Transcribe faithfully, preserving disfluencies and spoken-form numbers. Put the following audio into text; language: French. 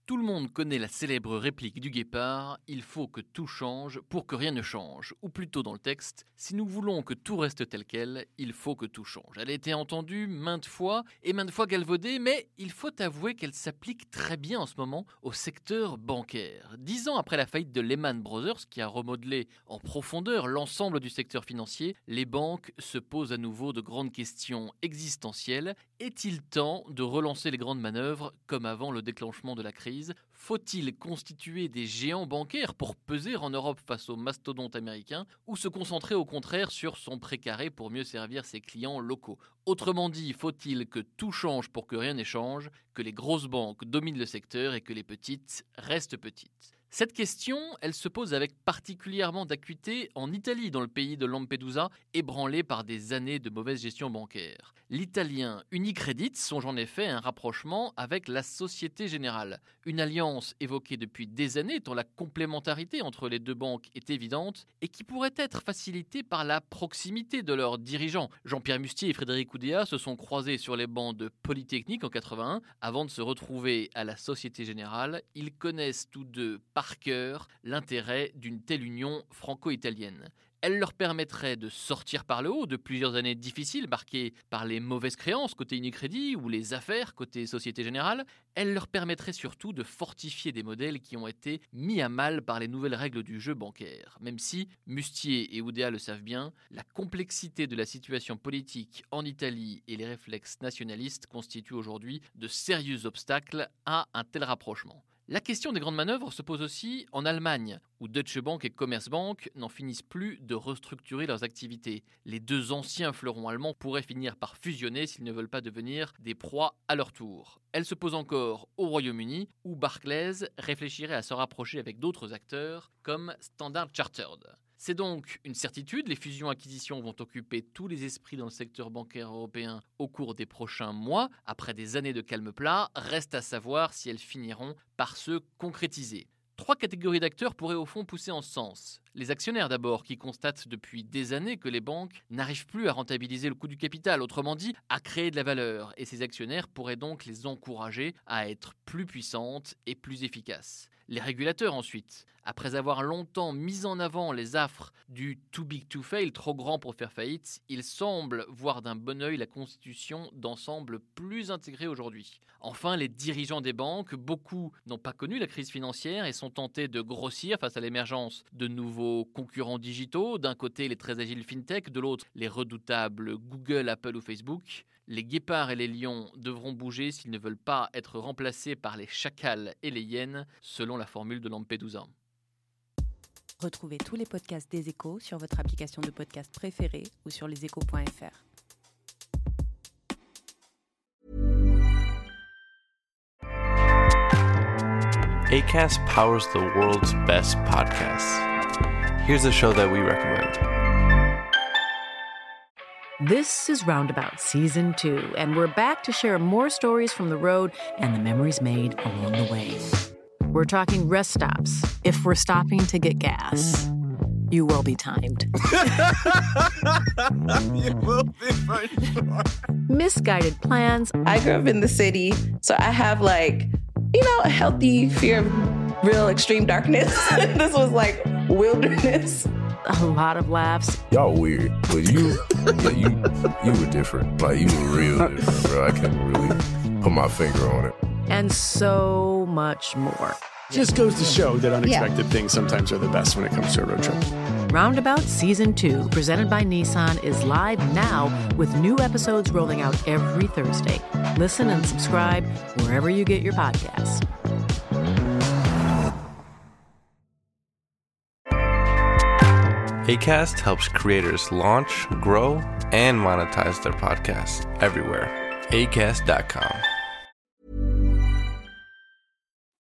Tout le monde connaît la célèbre réplique du guépard « Il faut que tout change pour que rien ne change ». Ou plutôt dans le texte « Si nous voulons que tout reste tel quel, il faut que tout change ». Elle a été entendue maintes fois et maintes fois galvaudée, mais il faut avouer qu'elle s'applique très bien en ce moment au secteur bancaire. Dix ans après la faillite de Lehman Brothers, qui a remodelé en profondeur l'ensemble du secteur financier, les banques se posent à nouveau de grandes questions existentielles. Est-il temps de relancer les grandes manœuvres comme avant le déclenchement de la crise ? Faut-il constituer des géants bancaires pour peser en Europe face aux mastodontes américains ou se concentrer au contraire sur son précaré pour mieux servir ses clients locaux ? Autrement dit, faut-il que tout change pour que rien n'échange, que les grosses banques dominent le secteur et que les petites restent petites ? Cette question, elle se pose avec particulièrement d'acuité en Italie, dans le pays de Lampedusa, ébranlé par des années de mauvaise gestion bancaire. L'italien Unicredit songe en effet à un rapprochement avec la Société Générale. Une alliance évoquée depuis des années dont la complémentarité entre les deux banques est évidente et qui pourrait être facilitée par la proximité de leurs dirigeants. Jean-Pierre Mustier et Frédéric Oudéa se sont croisés sur les bancs de Polytechnique en quatre-vingt-un avant de se retrouver à la Société Générale. Ils connaissent tous deux par cœur l'intérêt d'une telle union franco-italienne. Elle leur permettrait de sortir par le haut de plusieurs années difficiles marquées par les mauvaises créances côté Unicredit ou les affaires côté Société Générale. Elle leur permettrait surtout de fortifier des modèles qui ont été mis à mal par les nouvelles règles du jeu bancaire. Même si, Mustier et Oudéa le savent bien, la complexité de la situation politique en Italie et les réflexes nationalistes constituent aujourd'hui de sérieux obstacles à un tel rapprochement. La question des grandes manœuvres se pose aussi en Allemagne, où Deutsche Bank et Commerzbank n'en finissent plus de restructurer leurs activités. Les deux anciens fleurons allemands pourraient finir par fusionner s'ils ne veulent pas devenir des proies à leur tour. Elle se pose encore au Royaume-Uni, où Barclays réfléchirait à se rapprocher avec d'autres acteurs comme Standard Chartered. C'est donc une certitude, les fusions-acquisitions vont occuper tous les esprits dans le secteur bancaire européen au cours des prochains mois. Après des années de calme plat, reste à savoir si elles finiront par se concrétiser. Trois catégories d'acteurs pourraient au fond pousser en ce sens. Les actionnaires d'abord, qui constatent depuis des années que les banques n'arrivent plus à rentabiliser le coût du capital, autrement dit, à créer de la valeur. Et ces actionnaires pourraient donc les encourager à être plus puissantes et plus efficaces. Les régulateurs ensuite, après avoir longtemps mis en avant les affres du too big to fail, trop grand pour faire faillite, ils semblent voir d'un bon œil la constitution d'ensembles plus intégrés aujourd'hui. Enfin, les dirigeants des banques, beaucoup n'ont pas connu la crise financière et sont tentés de grossir face à l'émergence de nouveaux concurrents digitaux. D'un côté, les très agiles fintech, de l'autre, les redoutables Google, Apple ou Facebook. Les guépards et les lions devront bouger s'ils ne veulent pas être remplacés par les chacals et les hyènes, selon la formule de Lampedusa. Retrouvez tous les podcasts des Échos sur votre application de podcast préférée ou sur leséchos point f r. Acast powers the world's best podcasts. Here's a show that we recommend. This is Roundabout Season two, and we're back to share more stories from the road and the memories made along the way. We're talking rest stops, if we're stopping to get gas. You will be timed. You will be for sure. Misguided plans. I grew up in the city, so I have like, you know, a healthy fear of real extreme darkness. This was like wilderness. A lot of laughs. Y'all weird, but you, yeah, you, you were different. Like, you were real different, bro. I can't really put my finger on it. And so much more. Just goes to show that unexpected yeah. things sometimes are the best when it comes to a road trip. Roundabout Season two, presented by Nissan, is live now with new episodes rolling out every Thursday. Listen and subscribe wherever you get your podcasts. Acast helps creators launch, grow, and monetize their podcasts everywhere. acast dot com.